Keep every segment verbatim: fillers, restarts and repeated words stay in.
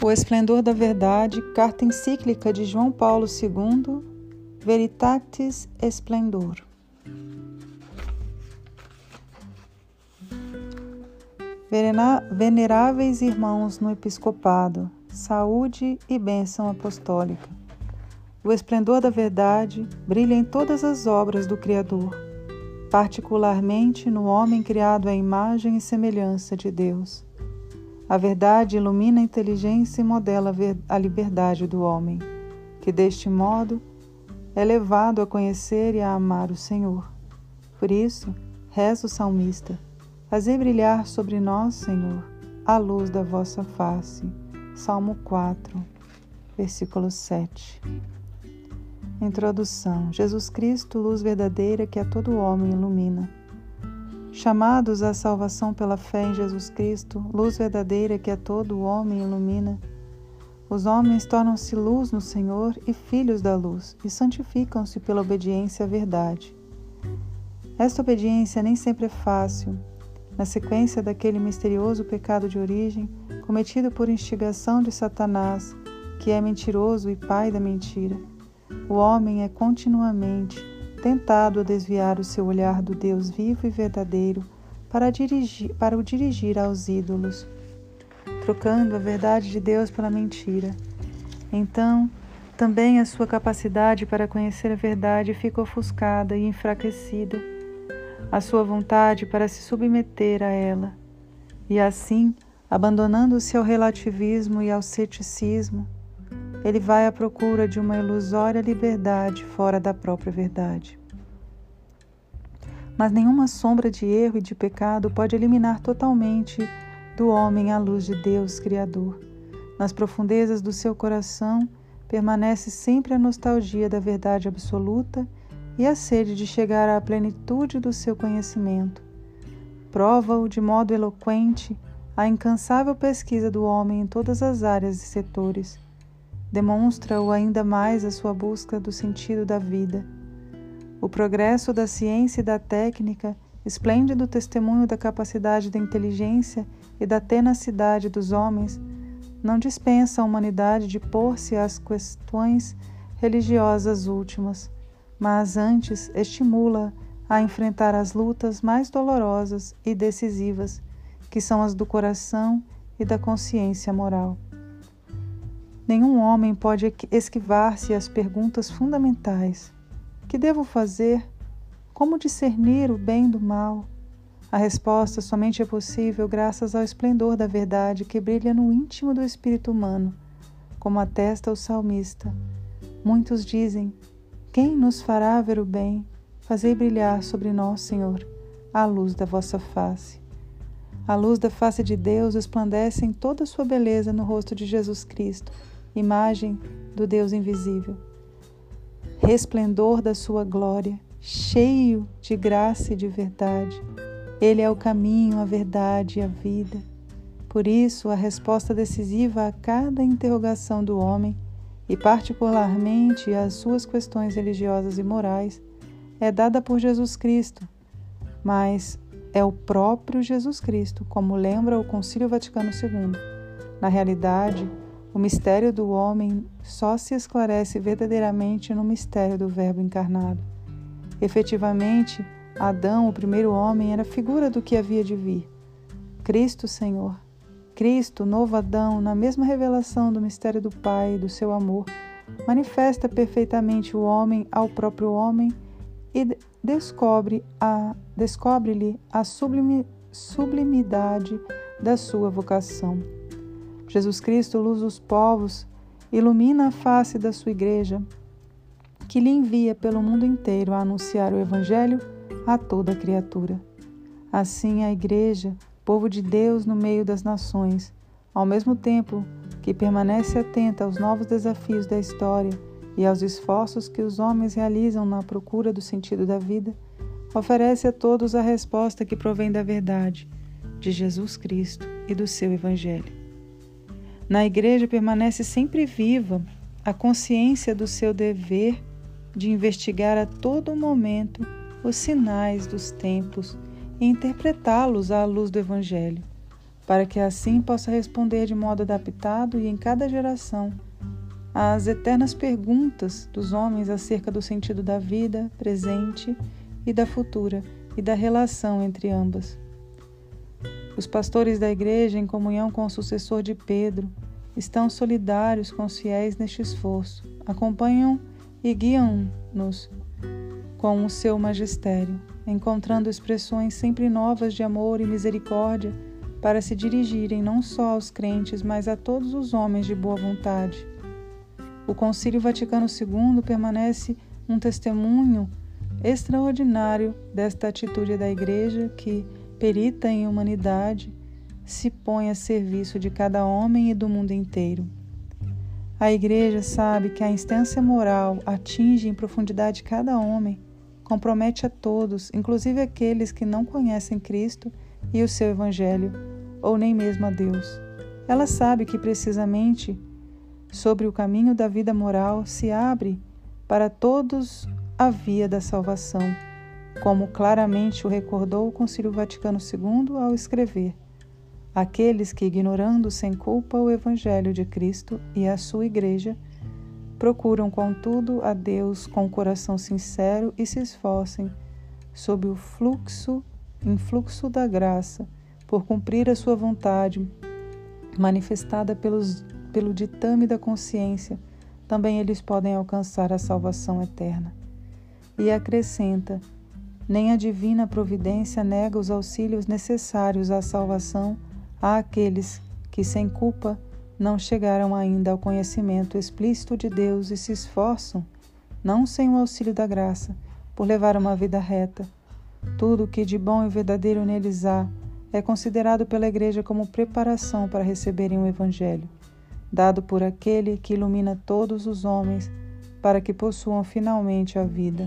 O Esplendor da Verdade, carta encíclica de João Paulo segundo, Veritatis Splendor. Veneráveis irmãos no episcopado, saúde e bênção apostólica. O esplendor da verdade brilha em todas as obras do Criador, particularmente no homem criado à imagem e semelhança de Deus. A verdade ilumina a inteligência e modela a liberdade do homem, que deste modo é levado a conhecer e a amar o Senhor. Por isso, reza o salmista: fazei brilhar sobre nós, Senhor, a luz da vossa face. Salmo quatro, versículo sete. Introdução. Jesus Cristo, luz verdadeira que a todo homem ilumina. Chamados à salvação pela fé em Jesus Cristo, luz verdadeira que a todo homem ilumina, os homens tornam-se luz no Senhor e filhos da luz, e santificam-se pela obediência à verdade. Esta obediência nem sempre é fácil. Na sequência daquele misterioso pecado de origem, cometido por instigação de Satanás, que é mentiroso e pai da mentira, o homem é continuamente tentado a desviar o seu olhar do Deus vivo e verdadeiro para, dirigir, para o dirigir aos ídolos, trocando a verdade de Deus pela mentira. Então, também a sua capacidade para conhecer a verdade fica ofuscada e enfraquecida, a sua vontade para se submeter a ela, e assim, abandonando-se ao relativismo e ao ceticismo, ele vai à procura de uma ilusória liberdade fora da própria verdade. Mas nenhuma sombra de erro e de pecado pode eliminar totalmente do homem a luz de Deus Criador. Nas profundezas do seu coração permanece sempre a nostalgia da verdade absoluta e a sede de chegar à plenitude do seu conhecimento. Prova-o de modo eloquente a incansável pesquisa do homem em todas as áreas e setores. Demonstra-o ainda mais a sua busca do sentido da vida. O progresso da ciência e da técnica, esplêndido testemunho da capacidade da inteligência e da tenacidade dos homens, não dispensa a humanidade de pôr-se às questões religiosas últimas, mas antes estimula a enfrentar as lutas mais dolorosas e decisivas, que são as do coração e da consciência moral. Nenhum homem pode esquivar-se às perguntas fundamentais. Que devo fazer? Como discernir o bem do mal? A resposta somente é possível graças ao esplendor da verdade que brilha no íntimo do espírito humano, como atesta o salmista. Muitos dizem: quem nos fará ver o bem? Fazei brilhar sobre nós, Senhor, a luz da vossa face. A luz da face de Deus resplandece em toda a sua beleza no rosto de Jesus Cristo, imagem do Deus invisível. Resplendor da sua glória, cheio de graça e de verdade. Ele é o caminho, a verdade e a vida. Por isso, a resposta decisiva a cada interrogação do homem, e particularmente às suas questões religiosas e morais, é dada por Jesus Cristo. Mas é o próprio Jesus Cristo, como lembra o Concílio Vaticano segundo. Na realidade, o mistério do homem só se esclarece verdadeiramente no mistério do Verbo encarnado. Efetivamente, Adão, o primeiro homem, era figura do que havia de vir. Cristo, Senhor, Cristo, novo Adão, na mesma revelação do mistério do Pai e do seu amor, manifesta perfeitamente o homem ao próprio homem e descobre a, descobre-lhe a sublime, sublimidade da sua vocação. Jesus Cristo, luz dos povos, ilumina a face da sua igreja, que lhe envia pelo mundo inteiro a anunciar o Evangelho a toda criatura. Assim, a igreja, povo de Deus no meio das nações, ao mesmo tempo que permanece atenta aos novos desafios da história e aos esforços que os homens realizam na procura do sentido da vida, oferece a todos a resposta que provém da verdade, de Jesus Cristo e do seu Evangelho. Na igreja permanece sempre viva a consciência do seu dever de investigar a todo momento os sinais dos tempos e interpretá-los à luz do Evangelho, para que assim possa responder de modo adaptado e em cada geração às eternas perguntas dos homens acerca do sentido da vida presente e da futura e da relação entre ambas. Os pastores da Igreja, em comunhão com o sucessor de Pedro, estão solidários com os fiéis neste esforço, acompanham e guiam-nos com o seu magistério, encontrando expressões sempre novas de amor e misericórdia para se dirigirem não só aos crentes, mas a todos os homens de boa vontade. O Concílio Vaticano segundo permanece um testemunho extraordinário desta atitude da Igreja que, perita em humanidade, se põe a serviço de cada homem e do mundo inteiro. A Igreja sabe que a instância moral atinge em profundidade cada homem, compromete a todos, inclusive aqueles que não conhecem Cristo e o seu Evangelho, ou nem mesmo a Deus. Ela sabe que precisamente sobre o caminho da vida moral se abre para todos a via da salvação, como claramente o recordou o Concílio Vaticano segundo ao escrever: aqueles que, ignorando sem culpa o Evangelho de Cristo e a sua Igreja, procuram, contudo, a Deus com coração sincero e se esforcem, sob o fluxo, influxo da graça, por cumprir a sua vontade, manifestada pelos, pelo ditame da consciência, também eles podem alcançar a salvação eterna. E acrescenta: nem a divina providência nega os auxílios necessários à salvação àqueles que, sem culpa, não chegaram ainda ao conhecimento explícito de Deus e se esforçam, não sem o auxílio da graça, por levar uma vida reta. Tudo o que de bom e verdadeiro neles há é considerado pela Igreja como preparação para receberem o Evangelho, dado por aquele que ilumina todos os homens para que possuam finalmente a vida.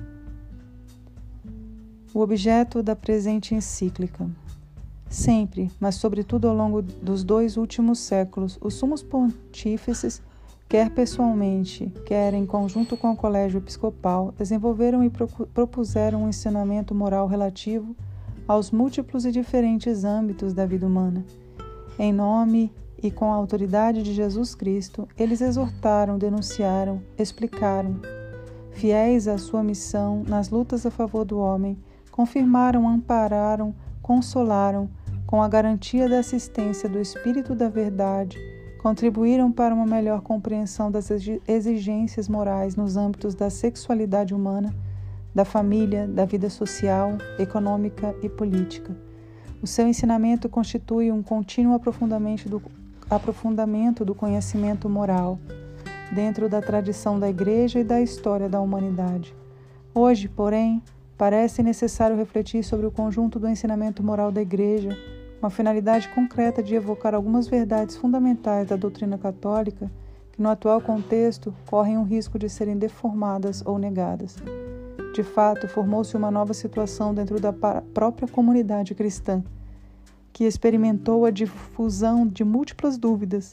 O objeto da presente encíclica. Sempre, mas sobretudo ao longo dos dois últimos séculos, os sumos pontífices, quer pessoalmente, quer em conjunto com o Colégio Episcopal, desenvolveram e propuseram um ensinamento moral relativo aos múltiplos e diferentes âmbitos da vida humana. Em nome e com a autoridade de Jesus Cristo, eles exortaram, denunciaram, explicaram. Fiéis à sua missão nas lutas a favor do homem, confirmaram, ampararam, consolaram, com a garantia da assistência do Espírito da Verdade, contribuíram para uma melhor compreensão das exigências morais nos âmbitos da sexualidade humana, da família, da vida social, econômica e política. O seu ensinamento constitui um contínuo aprofundamento do, aprofundamento do conhecimento moral, dentro da tradição da Igreja e da história da humanidade. Hoje, porém, parece necessário refletir sobre o conjunto do ensinamento moral da Igreja, com a finalidade concreta de evocar algumas verdades fundamentais da doutrina católica que, no atual contexto, correm o risco de serem deformadas ou negadas. De fato, formou-se uma nova situação dentro da própria comunidade cristã, que experimentou a difusão de múltiplas dúvidas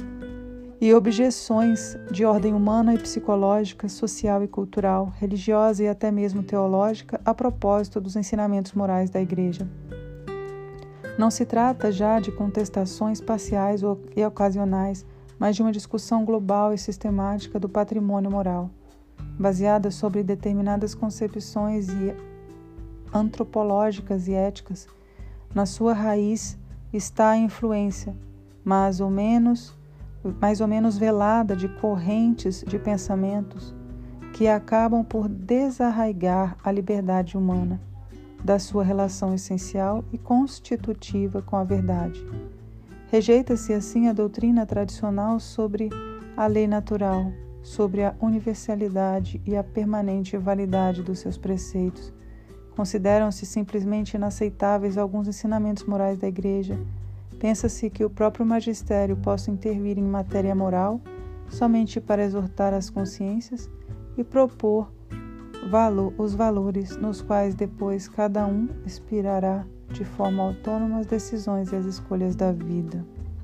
e objeções de ordem humana e psicológica, social e cultural, religiosa e até mesmo teológica a propósito dos ensinamentos morais da Igreja. Não se trata já de contestações parciais e ocasionais, mas de uma discussão global e sistemática do patrimônio moral, baseada sobre determinadas concepções antropológicas e éticas. Na sua raiz está a influência, mais ou menos mais ou menos velada, de correntes de pensamentos que acabam por desarraigar a liberdade humana da sua relação essencial e constitutiva com a verdade. Rejeita-se assim a doutrina tradicional sobre a lei natural, sobre a universalidade e a permanente validade dos seus preceitos. Consideram-se simplesmente inaceitáveis alguns ensinamentos morais da Igreja. Pensa-se que o próprio magistério possa intervir em matéria moral somente para exortar as consciências e propor valor, os valores nos quais depois cada um inspirará de forma autônoma as decisões e as escolhas da vida.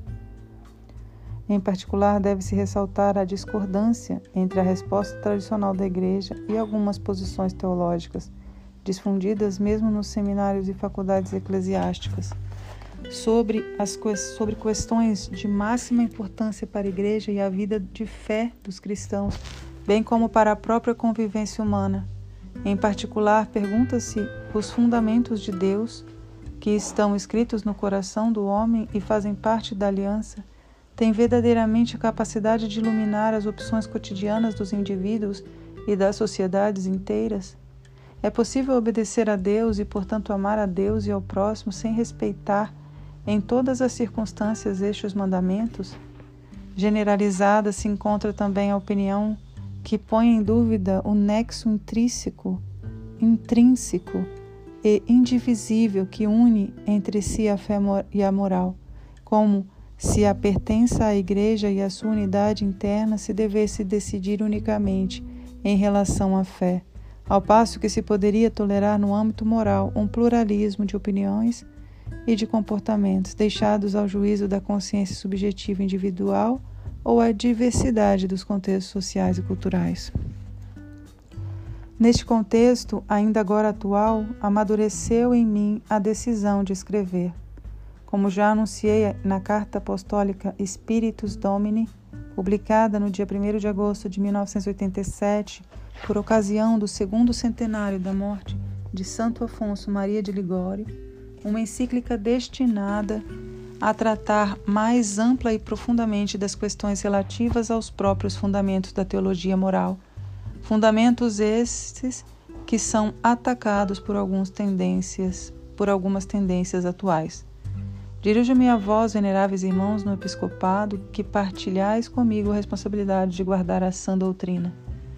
Em particular, deve-se ressaltar a discordância entre a resposta tradicional da Igreja e algumas posições teológicas, difundidas mesmo nos seminários e faculdades eclesiásticas. sobre, as, sobre questões de máxima importância para a Igreja e a vida de fé dos cristãos, bem como para a própria convivência humana. Em particular, pergunta-se os fundamentos de Deus, que estão escritos no coração do homem e fazem parte da aliança, têm verdadeiramente a capacidade de iluminar as opções cotidianas dos indivíduos e das sociedades inteiras? É possível obedecer a Deus e, portanto, amar a Deus e ao próximo sem respeitar, em todas as circunstâncias, estes mandamentos? Generalizada se encontra também a opinião que põe em dúvida o nexo intrínseco, intrínseco e indivisível que une entre si a fé e a moral, como se a pertença à Igreja e a sua unidade interna se devesse decidir unicamente em relação à fé, ao passo que se poderia tolerar no âmbito moral um pluralismo de opiniões e de comportamentos, deixados ao juízo da consciência subjetiva individual ou à diversidade dos contextos sociais e culturais. Neste contexto, ainda agora atual, amadureceu em mim a decisão de escrever. Como já anunciei na carta apostólica Spiritus Domini, publicada no dia primeiro de agosto de mil novecentos e oitenta e sete, por ocasião do segundo centenário da morte de Santo Afonso Maria de Ligório, uma encíclica destinada a tratar mais ampla e profundamente das questões relativas aos próprios fundamentos da teologia moral, fundamentos estes que são atacados por algumas tendências, por algumas tendências atuais. Dirijo-me a vós, veneráveis irmãos no episcopado, que partilhais comigo a responsabilidade de guardar a sã doutrina,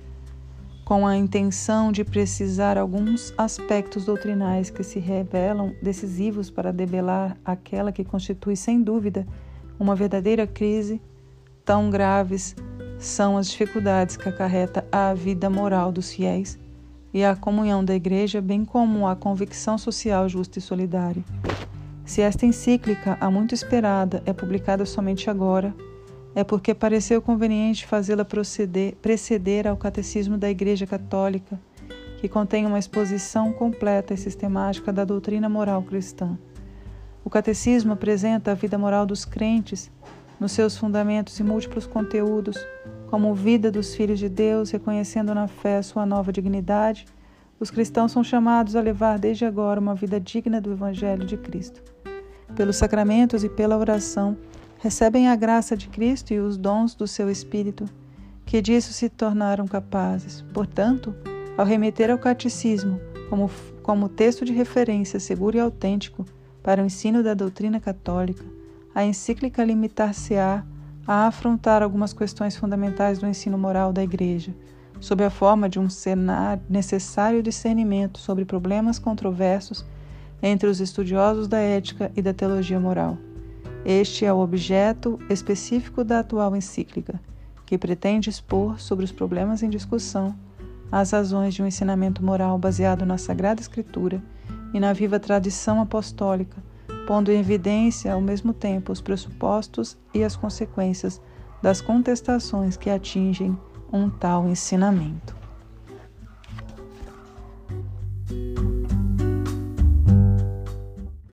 com a intenção de precisar alguns aspectos doutrinais que se revelam decisivos para debelar aquela que constitui, sem dúvida, uma verdadeira crise. Tão graves são as dificuldades que acarreta a vida moral dos fiéis e a comunhão da Igreja, bem como a convicção social justa e solidária. Se esta encíclica, há muito esperada, é publicada somente agora, é porque pareceu conveniente fazê-la preceder ao Catecismo da Igreja Católica, que contém uma exposição completa e sistemática da doutrina moral cristã. O Catecismo apresenta a vida moral dos crentes, nos seus fundamentos e múltiplos conteúdos, como vida dos filhos de Deus, reconhecendo na fé sua nova dignidade. Os cristãos são chamados a levar desde agora uma vida digna do Evangelho de Cristo. Pelos sacramentos e pela oração, recebem a graça de Cristo e os dons do seu Espírito, que disso se tornaram capazes. Portanto, ao remeter ao catecismo como, como texto de referência seguro e autêntico para o ensino da doutrina católica, a encíclica limitar-se-á a afrontar algumas questões fundamentais do ensino moral da Igreja, sob a forma de um cenário necessário discernimento sobre problemas controversos entre os estudiosos da ética e da teologia moral. Este é o objeto específico da atual encíclica, que pretende expor sobre os problemas em discussão as razões de um ensinamento moral baseado na Sagrada Escritura e na viva tradição apostólica, pondo em evidência ao mesmo tempo os pressupostos e as consequências das contestações que atingem um tal ensinamento.